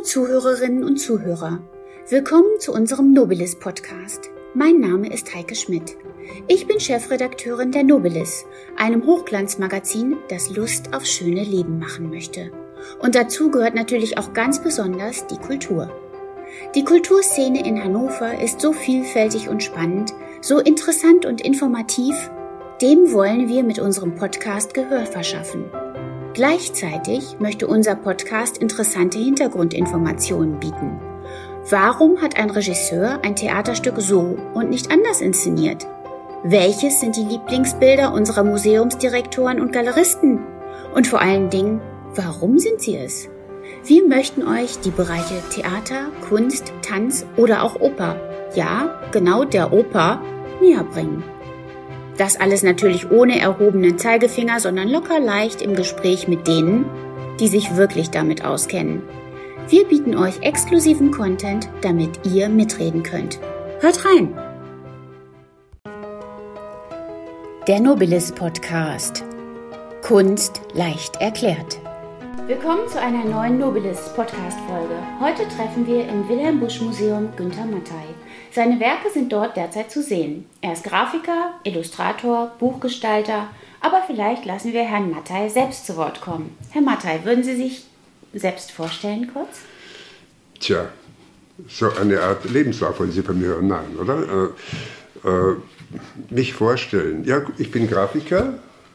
Zuhörerinnen und Zuhörer, willkommen zu unserem Nobilis-Podcast. Mein Name ist Heike Schmidt. Ich bin Chefredakteurin der Nobilis, einem Hochglanzmagazin, das Lust auf schöne Leben machen möchte. Und dazu gehört natürlich auch ganz besonders die Kultur. Die Kulturszene in Hannover ist so vielfältig und spannend, so interessant und informativ, dem wollen wir mit unserem Podcast Gehör verschaffen. Gleichzeitig möchte unser Podcast interessante Hintergrundinformationen bieten. Warum hat ein Regisseur ein Theaterstück so und nicht anders inszeniert? Welches sind die Lieblingsbilder unserer Museumsdirektoren und Galeristen? Und vor allen Dingen, warum sind sie es? Wir möchten euch die Bereiche Theater, Kunst, Tanz oder auch Oper, ja, genau der Oper, näher bringen. Das alles natürlich ohne erhobenen Zeigefinger, sondern locker leicht im Gespräch mit denen, die sich wirklich damit auskennen. Wir bieten euch exklusiven Content, damit ihr mitreden könnt. Hört rein! Der Nobilis Podcast. Kunst leicht erklärt. Willkommen zu einer neuen Nobilis Podcast-Folge. Heute treffen wir im Wilhelm Busch Museum Günter Mattei. Seine Werke sind dort derzeit zu sehen. Er ist Grafiker, Illustrator, Buchgestalter, aber vielleicht lassen wir Herrn Mattei selbst zu Wort kommen. Herr Mattei, würden Sie sich selbst vorstellen kurz? Tja, so eine Art Lebenslauf wollen Sie von mir hören, nein, oder? Mich vorstellen. Ja, ich bin Grafiker.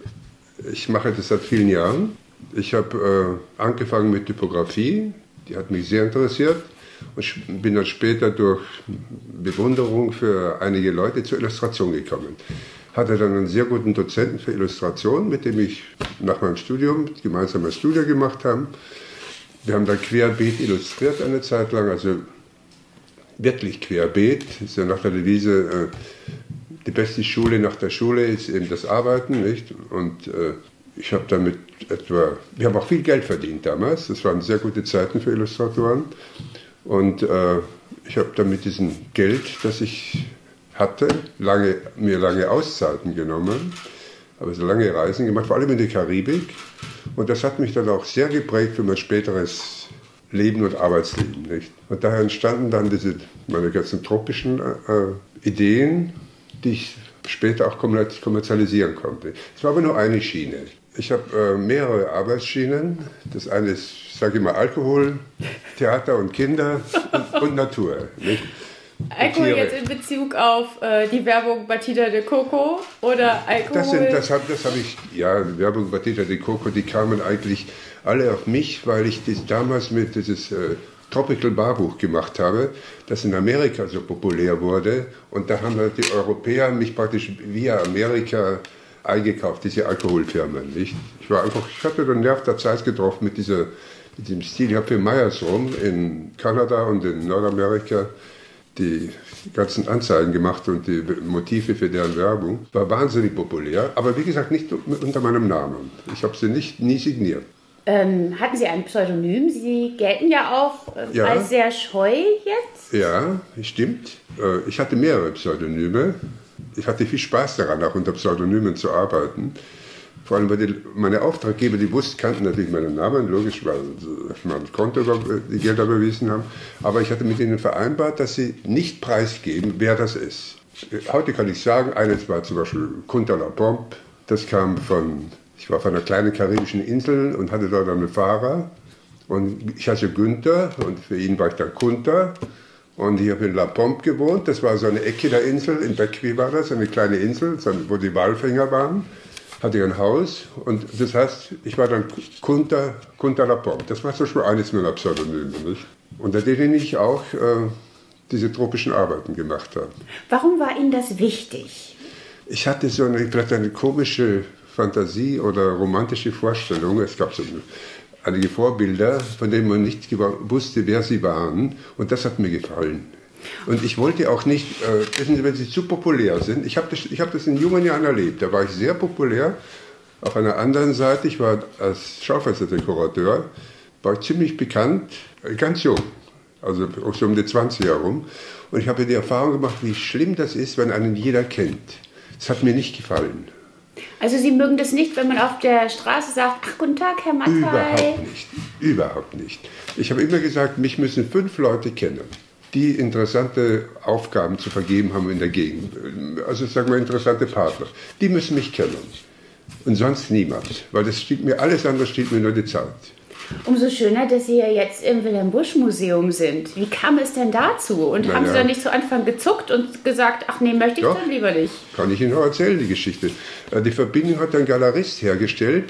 Ich mache das seit vielen Jahren. Ich habe angefangen mit Typografie, die hat mich sehr interessiert und bin dann später durch Bewunderung für einige Leute zur Illustration gekommen. Hatte dann einen sehr guten Dozenten für Illustration, mit dem ich nach meinem Studium gemeinsam ein Studium gemacht haben. Wir haben dann querbeet illustriert eine Zeit lang, also wirklich querbeet. Das ist ja nach der Devise, die beste Schule nach der Schule ist eben das Arbeiten, nicht? Und ich habe damit wir haben auch viel Geld verdient damals, das waren sehr gute Zeiten für Illustratoren. Und ich habe dann mit diesem Geld, das ich hatte, mir lange Auszeiten genommen, habe so lange Reisen gemacht, vor allem in die Karibik. Und das hat mich dann auch sehr geprägt für mein späteres Leben und Arbeitsleben. Nicht? Und daher entstanden dann meine ganzen tropischen Ideen, die ich später auch kommerzialisieren konnte. Es war aber nur eine Schiene. Ich habe mehrere Arbeitsschienen. Das eine ist, sage ich mal, Alkohol, Theater und Kinder und Natur. Nicht? Alkohol jetzt in Bezug auf die Werbung Batida de Coco oder Alkohol? Das habe ich, ja, die Werbung Batida de Coco, die kamen eigentlich alle auf mich, weil ich damals mit dieses Tropical Barbuch gemacht habe, das in Amerika so populär wurde. Und da haben die Europäer mich praktisch via Amerika eingekauft, diese Alkoholfirmen. Nicht? Ich hatte den Nerv der Zeit getroffen mit diesem Stil. Ich habe für Myers rum in Kanada und in Nordamerika die ganzen Anzeigen gemacht und die Motive für deren Werbung. War wahnsinnig populär, aber wie gesagt nicht unter meinem Namen. Ich habe sie nie signiert. Hatten Sie ein Pseudonym? Sie gelten ja auch als sehr scheu jetzt. Ja, stimmt. Ich hatte mehrere Pseudonyme. Ich hatte viel Spaß daran, auch unter Pseudonymen zu arbeiten. Vor allem, weil meine Auftraggeber, die kannten natürlich meinen Namen, logisch, weil mein Konto die Gelder überwiesen haben. Aber ich hatte mit ihnen vereinbart, dass sie nicht preisgeben, wer das ist. Heute kann ich sagen, eines war zum Beispiel Kunter La Pompe. Ich war auf einer kleinen karibischen Insel und hatte dort einen Fahrer. Und ich heiße Günther und für ihn war ich dann Kunter. Und ich habe in La Pompe gewohnt, das war so eine Ecke der Insel, in Becquey war das, eine kleine Insel, wo die Walfänger waren. Hatte ich ein Haus und das heißt, ich war dann Kunter La Pompe. Das war zum Beispiel eines meiner Pseudonyme, nicht? Unter denen ich auch diese tropischen Arbeiten gemacht habe. Warum war Ihnen das wichtig? Ich hatte vielleicht eine komische Fantasie oder romantische Vorstellung. Es gab so einige Vorbilder, von denen man nicht wusste, wer sie waren. Und das hat mir gefallen. Und ich wollte auch nicht, wenn sie zu populär sind, ich hab das in jungen Jahren erlebt, da war ich sehr populär. Auf einer anderen Seite, ich war als Schaufensterdekorateur, war ich ziemlich bekannt, ganz jung, also auch so um die 20 herum. Und ich habe die Erfahrung gemacht, wie schlimm das ist, wenn einen jeder kennt. Das hat mir nicht gefallen. Also Sie mögen das nicht, wenn man auf der Straße sagt, ach, guten Tag, Herr Mattei? Überhaupt nicht. Ich habe immer gesagt, mich müssen 5 Leute kennen, die interessante Aufgaben zu vergeben haben in der Gegend. Also sagen wir interessante Partner. Die müssen mich kennen. Und sonst niemand. Weil alles andere steht mir nur die Zeit. Umso schöner, dass Sie ja jetzt im Wilhelm-Busch-Museum sind. Wie kam es denn dazu? Und haben Sie dann nicht zu Anfang gezuckt und gesagt, ach nee, möchte ich dann lieber nicht? Kann ich Ihnen auch erzählen, die Geschichte. Die Verbindung hat ein Galerist hergestellt,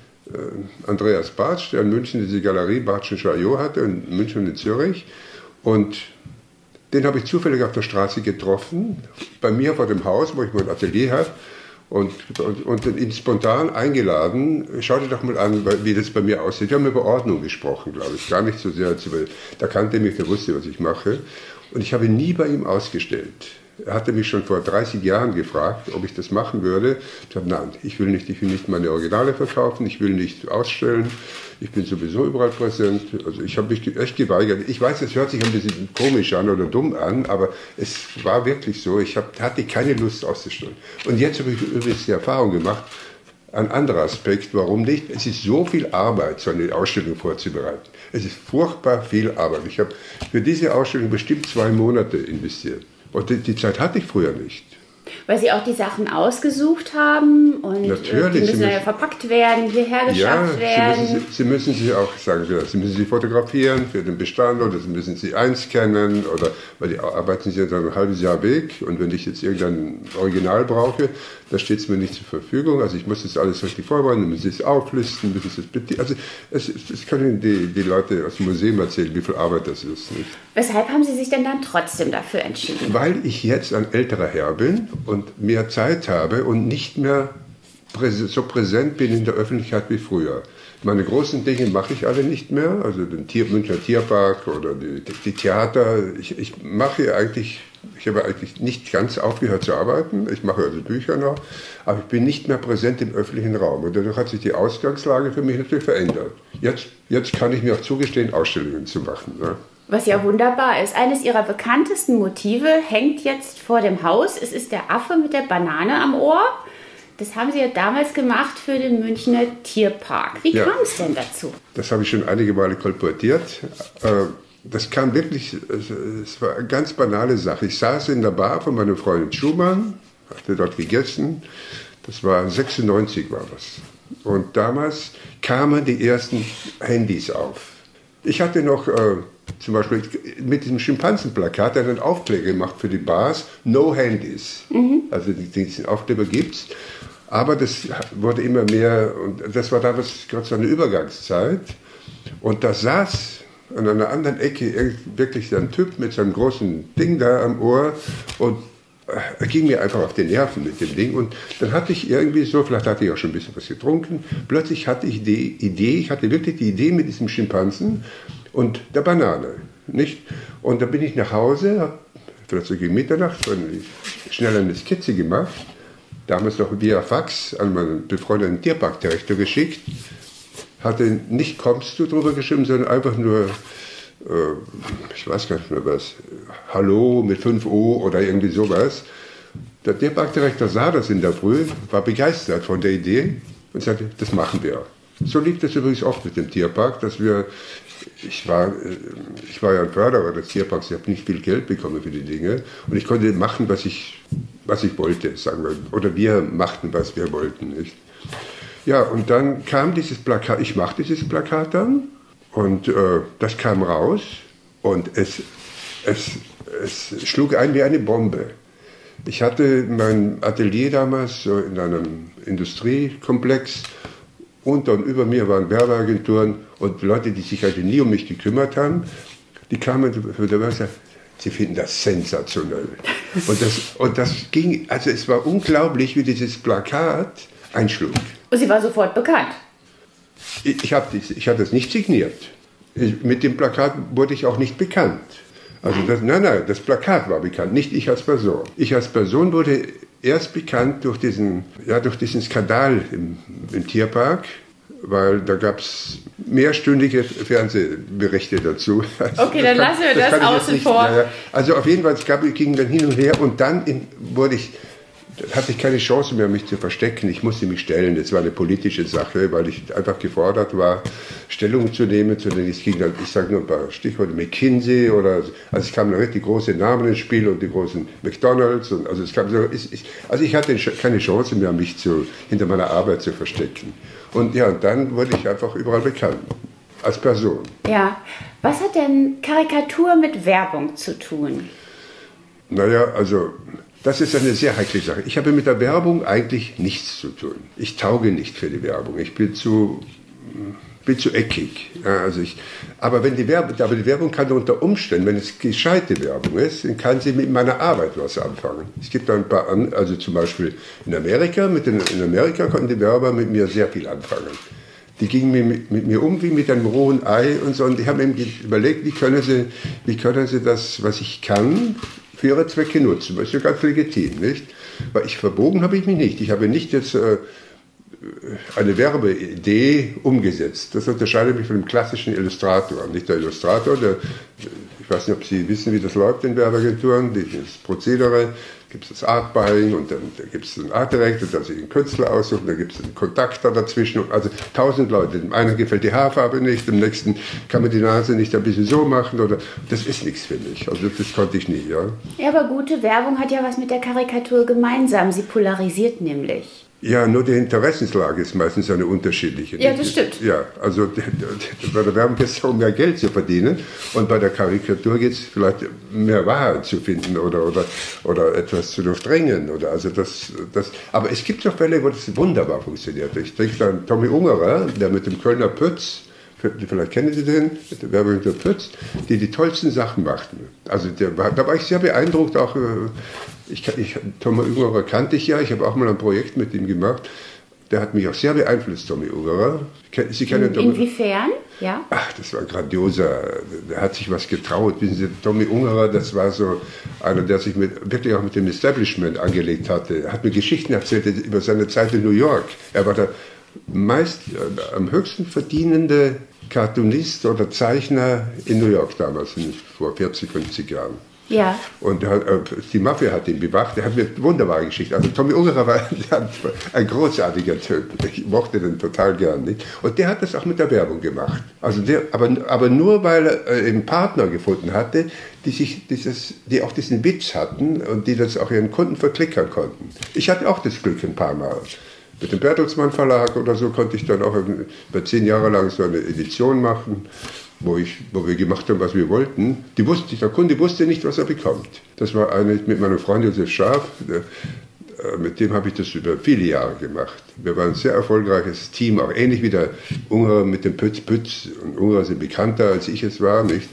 Andreas Bartsch, der in München diese Galerie Bartsch & Chaillot hatte, in München und in Zürich. Und den habe ich zufällig auf der Straße getroffen, bei mir vor dem Haus, wo ich mein Atelier habe. Und ihn spontan eingeladen, schau dir doch mal an, wie das bei mir aussieht. Wir haben über Ordnung gesprochen, glaube ich, gar nicht so sehr. Da kannte er mich, der wusste, was ich mache. Und ich habe ihn nie bei ihm ausgestellt. Er hatte mich schon vor 30 Jahren gefragt, ob ich das machen würde. Ich habe gesagt, nein, ich will nicht meine Originale verkaufen, ich will nicht ausstellen. Ich bin sowieso überall präsent. Also ich habe mich echt geweigert. Ich weiß, es hört sich ein bisschen komisch an oder dumm an, aber es war wirklich so. Ich hatte keine Lust auszustellen. Und jetzt habe ich übrigens die Erfahrung gemacht, ein anderer Aspekt, warum nicht? Es ist so viel Arbeit, so eine Ausstellung vorzubereiten. Es ist furchtbar viel Arbeit. Ich habe für diese Ausstellung bestimmt 2 Monate investiert. Und die Zeit hatte ich früher nicht. Weil Sie auch die Sachen ausgesucht haben und natürlich, die müssen ja verpackt werden, hierher geschafft werden. Sie müssen sie auch, sagen wir, Sie müssen sie fotografieren für den Bestand oder Sie müssen sie einscannen oder, weil die arbeiten Sie dann ein halbes Jahr weg und wenn ich jetzt irgendein Original brauche, dann steht es mir nicht zur Verfügung. Also ich muss das alles richtig vorbereiten, dann müssen Sie es auflisten, müssen Sie es also es können die Leute aus dem Museum erzählen, wie viel Arbeit das ist. Nicht? Weshalb haben Sie sich denn dann trotzdem dafür entschieden? Weil ich jetzt ein älterer Herr bin und mehr Zeit habe und nicht mehr so präsent bin in der Öffentlichkeit wie früher. Meine großen Dinge mache ich alle nicht mehr, also den Münchner Tierpark oder die Theater. Ich habe eigentlich nicht ganz aufgehört zu arbeiten. Ich mache also Bücher noch, aber ich bin nicht mehr präsent im öffentlichen Raum. Und dadurch hat sich die Ausgangslage für mich natürlich verändert. Jetzt kann ich mir auch zugestehen, Ausstellungen zu machen. Ne? Was ja wunderbar ist. Eines Ihrer bekanntesten Motive hängt jetzt vor dem Haus. Es ist der Affe mit der Banane am Ohr. Das haben Sie ja damals gemacht für den Münchner Tierpark. Wie kam es denn dazu? Das habe ich schon einige Male kolportiert. Das kam wirklich, es war eine ganz banale Sache. Ich saß in der Bar von meiner Freundin Schumann, hatte dort gegessen. Das war 96 war das. Und damals kamen die ersten Handys auf. Ich hatte noch zum Beispiel mit diesem Schimpansenplakat einen Aufkleber gemacht für die Bars, No Handys. Also diesen Aufkleber gibt's. Aber das wurde immer mehr und das war damals gerade so eine Übergangszeit. Und da saß an einer anderen Ecke wirklich so ein Typ mit seinem großen Ding da am Ohr und er ging mir einfach auf die Nerven mit dem Ding. Und dann hatte ich irgendwie so, vielleicht hatte ich auch schon ein bisschen was getrunken, plötzlich hatte ich wirklich die Idee mit diesem Schimpansen und der Banane. Nicht? Und da bin ich nach Hause, habe vielleicht so gegen Mitternacht schnell eine Skizze gemacht, damals noch via Fax an meinen befreundeten Tierparkdirektor geschickt, hatte nicht kommst du drüber geschrieben, sondern einfach nur, ich weiß gar nicht mehr was, Hallo mit 5 O oder irgendwie sowas. Der Tierparkdirektor sah das in der Früh, war begeistert von der Idee und sagte, das machen wir. So lief das übrigens oft mit dem Tierpark, dass ich war ja ein Förderer des Tierparks, ich habe nicht viel Geld bekommen für die Dinge und ich konnte machen, was ich wollte, sagen wir, oder wir machten, was wir wollten. Nicht? Ja, und dann kam dieses Plakat, ich machte dieses Plakat dann und das kam raus und es schlug ein wie eine Bombe. Ich hatte mein Atelier damals so in einem Industriekomplex. Unter und über mir waren Werbeagenturen und Leute, die sich also nie um mich gekümmert haben, die kamen für der Website, sie finden das sensationell. Und das ging, also es war unglaublich, wie dieses Plakat einschlug. Und sie war sofort bekannt? Ich habe das nicht signiert. Mit dem Plakat wurde ich auch nicht bekannt. Also das Plakat war bekannt, nicht ich als Person. Ich als Person wurde erst bekannt durch diesen Skandal im Tierpark, weil da gab es mehrstündige Fernsehberichte dazu. Okay, dann lassen wir das außen vor. Also auf jeden Fall, ging dann hin und her und dann wurde ich hatte ich keine Chance mehr, mich zu verstecken. Ich musste mich stellen. Das war eine politische Sache, weil ich einfach gefordert war, Stellung zu nehmen. Es ging dann, ich sage nur ein paar Stichworte, McKinsey oder, also es kamen dann richtig große Namen ins Spiel und die großen McDonalds. Und, also ich hatte keine Chance mehr, mich hinter meiner Arbeit zu verstecken. Und ja, und dann wurde ich einfach überall bekannt. Als Person. Ja. Was hat denn Karikatur mit Werbung zu tun? Naja, also das ist eine sehr heikle Sache. Ich habe mit der Werbung eigentlich nichts zu tun. Ich tauge nicht für die Werbung. Ich bin zu eckig. Ja, aber die Werbung kann unter Umständen, wenn es gescheite Werbung ist, dann kann sie mit meiner Arbeit was anfangen. Es gibt da ein paar, also zum Beispiel in Amerika konnten die Werber mit mir sehr viel anfangen. Die gingen mit mir um wie mit einem rohen Ei und so. Und die haben eben überlegt, wie können sie das, was ich kann, für ihre Zwecke nutzen. Das ist ja ganz legitim, nicht? Weil verbogen habe ich mich nicht. Ich habe nicht jetzt eine Werbeidee umgesetzt. Das unterscheidet mich von dem klassischen Illustrator. Nicht der Illustrator, ich weiß nicht, ob Sie wissen, wie das läuft in Werbeagenturen, das Prozedere. Gibt es das Art Buying und dann gibt es einen Art Director, der sich einen Künstler aussucht, dann gibt es einen Kontakter dazwischen, also 1000 Leute. Dem einen gefällt die Haarfarbe nicht, dem nächsten kann man die Nase nicht ein bisschen so machen oder das ist nichts für mich. Also das konnte ich nie, ja. Ja, aber gute Werbung hat ja was mit der Karikatur gemeinsam. Sie polarisiert nämlich. Ja, nur die Interessenslage ist meistens eine unterschiedliche. Ja, das stimmt. Ja, also bei der Werbung geht es darum, mehr Geld zu verdienen und bei der Karikatur geht es vielleicht mehr Wahrheit zu finden oder etwas zu durchdringen. Aber es gibt auch Fälle, wo das wunderbar funktioniert. Ich denke an Tommy Ungerer, der mit dem Kölner Pütz, vielleicht kennen Sie den, mit der Werbeagentur Pütz, die tollsten Sachen machten. Also da war ich sehr beeindruckt, auch Tommy Ungerer kannte ich ja, ich habe auch mal ein Projekt mit ihm gemacht. Der hat mich auch sehr beeinflusst, Tommy Ungerer. Sie kennen Inwiefern? Ja. Ach, das war ein grandioser, der hat sich was getraut. Wissen Sie, Tommy Ungerer, das war so einer, der sich wirklich auch mit dem Establishment angelegt hatte. Er hat mir Geschichten erzählt über seine Zeit in New York. Er war der am höchsten verdienende Cartoonist oder Zeichner in New York damals, vor 40, 50 Jahren. Ja. Und die Mafia hat ihn bewacht. Er hat mir wunderbare Geschichten. Also Tommy Ungerer war ein großartiger Typ. Ich mochte den total gern. Nicht? Und der hat das auch mit der Werbung gemacht. Also aber nur, weil er einen Partner gefunden hatte, die auch diesen Witz hatten und die das auch ihren Kunden verklickern konnten. Ich hatte auch das Glück ein paar Mal. Mit dem Bertelsmann Verlag oder so konnte ich dann auch über 10 Jahre lang so eine Edition machen, wo wir gemacht haben, was wir wollten. Der Kunde wusste nicht, was er bekommt. Das war mit meinem Freund Josef Scharf, mit dem habe ich das über viele Jahre gemacht. Wir waren ein sehr erfolgreiches Team, auch ähnlich wie der Ungerer mit dem Pütz. Und Ungerer sind bekannter, als ich es war, nicht?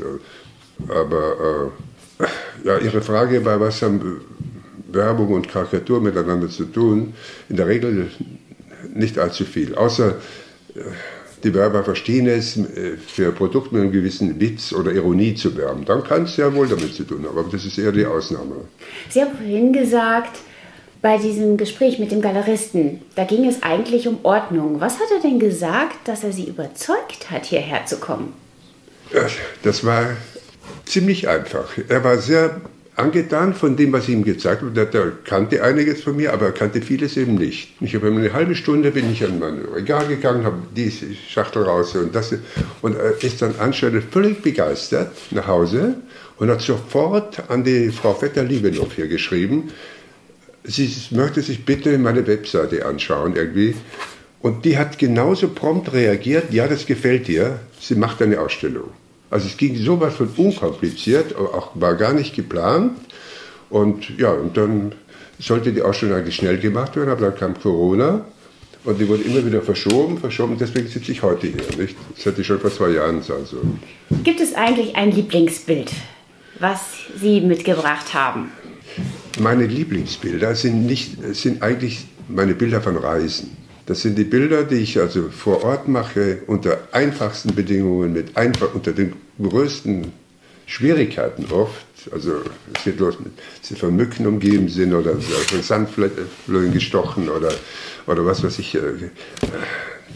Aber ja, Ihre Frage war, was haben Werbung und Karikatur miteinander zu tun? In der Regel nicht allzu viel, außer die Werber verstehen es, für Produkte mit einem gewissen Witz oder Ironie zu werben. Dann kann es sehr wohl damit zu tun haben, aber das ist eher die Ausnahme. Sie haben vorhin gesagt, bei diesem Gespräch mit dem Galeristen, da ging es eigentlich um Ordnung. Was hat er denn gesagt, dass er Sie überzeugt hat, hierher zu kommen? Das war ziemlich einfach. Er war sehr angetan von dem, was ich ihm gezeigt habe. Der kannte einiges von mir, aber er kannte vieles eben nicht. Ich habe eine halbe Stunde bin ich an mein Regal gegangen, habe diese Schachtel raus und das und er ist dann anscheinend völlig begeistert nach Hause und hat sofort an die Frau Vetter-Liebenow hier geschrieben, sie möchte sich bitte meine Webseite anschauen irgendwie. Und die hat genauso prompt reagiert, ja, das gefällt ihr, sie macht eine Ausstellung. Also es ging sowas von unkompliziert, auch war gar nicht geplant. Und ja, und dann sollte die Ausstellung eigentlich schnell gemacht werden, aber dann kam Corona und die wurde immer wieder verschoben. Deswegen sitze ich heute hier. Nicht? Das hätte ich schon vor 2 Jahren sein sollen. Gibt es eigentlich ein Lieblingsbild, was Sie mitgebracht haben? Meine Lieblingsbilder sind eigentlich meine Bilder von Reisen. Das sind die Bilder, die ich also vor Ort mache, unter einfachsten Bedingungen, unter den größten Schwierigkeiten oft. Also es geht los mit, sie von Mücken umgeben sind oder von Sandflöhen gestochen oder was weiß ich,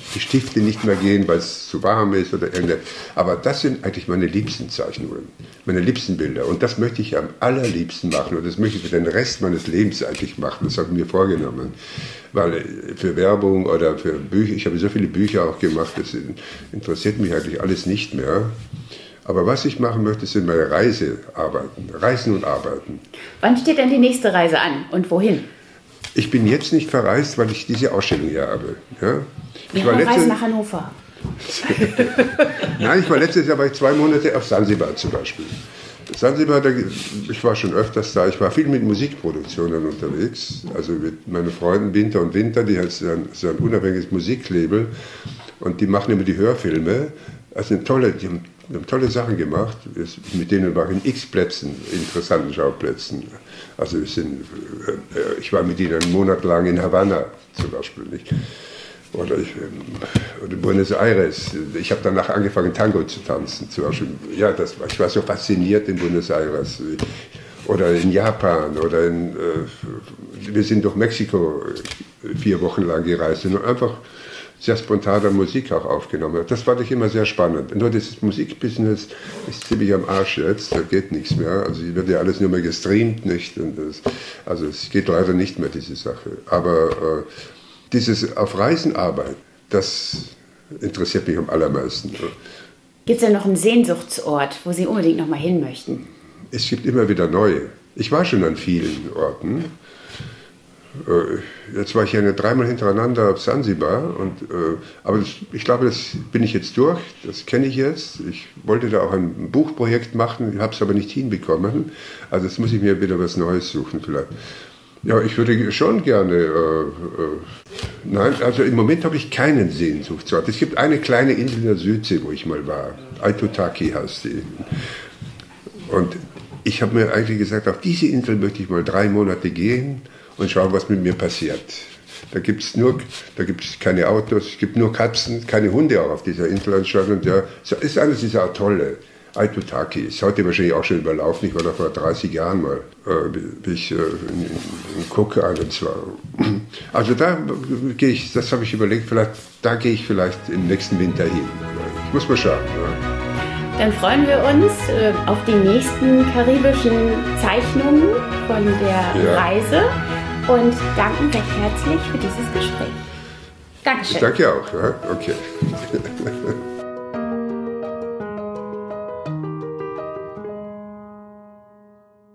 die Stifte nicht mehr gehen, weil es zu warm ist oder irgendwas. Aber das sind eigentlich meine liebsten Zeichnungen, meine liebsten Bilder. Und das möchte ich am allerliebsten machen. Und das möchte ich für den Rest meines Lebens eigentlich machen. Das habe ich mir vorgenommen. Weil für Werbung oder für Bücher, ich habe so viele Bücher auch gemacht, das interessiert mich eigentlich alles nicht mehr. Aber was ich machen möchte, sind meine Reisearbeiten, Reisen und Arbeiten. Wann steht denn die nächste Reise an und wohin? Ich bin jetzt nicht verreist, weil ich diese Ausstellung hier habe. Ja? Wir reisen nach Hannover. Nein, letztes Jahr war ich 2 Monate auf Sansibar zum Beispiel. Sansibar, ich war schon öfters da, ich war viel mit Musikproduktionen unterwegs, also mit meinen Freunden Winter und Winter, die hat so ein unabhängiges Musiklabel und die machen immer die Hörfilme. Also die haben tolle Sachen gemacht, mit denen war ich in x Plätzen, interessanten Schauplätzen. Also ich war mit ihnen einen Monat lang in Havanna zum Beispiel, nicht? Oder Buenos Aires. Ich habe danach angefangen, Tango zu tanzen. Zum Beispiel. Ja, ich war so fasziniert in Buenos Aires. Oder in Japan. Wir sind durch Mexiko 4 Wochen lang gereist und einfach sehr spontane Musik auch aufgenommen. Das fand ich immer sehr spannend. Nur das Musikbusiness ist ziemlich am Arsch jetzt, da geht nichts mehr. Also wird ja alles nur mehr gestreamt, nicht? Also es geht leider nicht mehr, diese Sache. Aber dieses auf Reisen arbeiten, das interessiert mich am allermeisten. Gibt es denn noch einen Sehnsuchtsort, wo Sie unbedingt noch mal hin möchten? Es gibt immer wieder neue. Ich war schon an vielen Orten. Jetzt war ich ja 3-mal hintereinander auf Sansibar. Aber ich glaube, das bin ich jetzt durch. Das kenne ich jetzt. Ich wollte da auch ein Buchprojekt machen, habe es aber nicht hinbekommen. Also jetzt muss ich mir wieder was Neues suchen vielleicht. Ja, ich würde schon gerne. Nein, also im Moment habe ich keinen Sehnsuchtsort. Es gibt eine kleine Insel in der Südsee, wo ich mal war. Aitutaki heißt die. Und ich habe mir eigentlich gesagt, auf diese Insel möchte ich mal 3 Monate gehen und schauen, was mit mir passiert. Da gibt es keine Autos, es gibt nur Katzen, keine Hunde auch auf dieser Insel anscheinend. Ja, ist alles dieser Atolle. Aitutaki ist heute wahrscheinlich auch schon überlaufen. Ich war da vor 30 Jahren mal, wie ich in Cook Islands war. Also da gehe ich, das habe ich überlegt, da gehe ich vielleicht im nächsten Winter hin. Ich muss mal schauen. Ja. Dann freuen wir uns auf die nächsten karibischen Zeichnungen von der Reise und danken recht herzlich für dieses Gespräch. Dankeschön. Ich danke auch. Ja? Okay.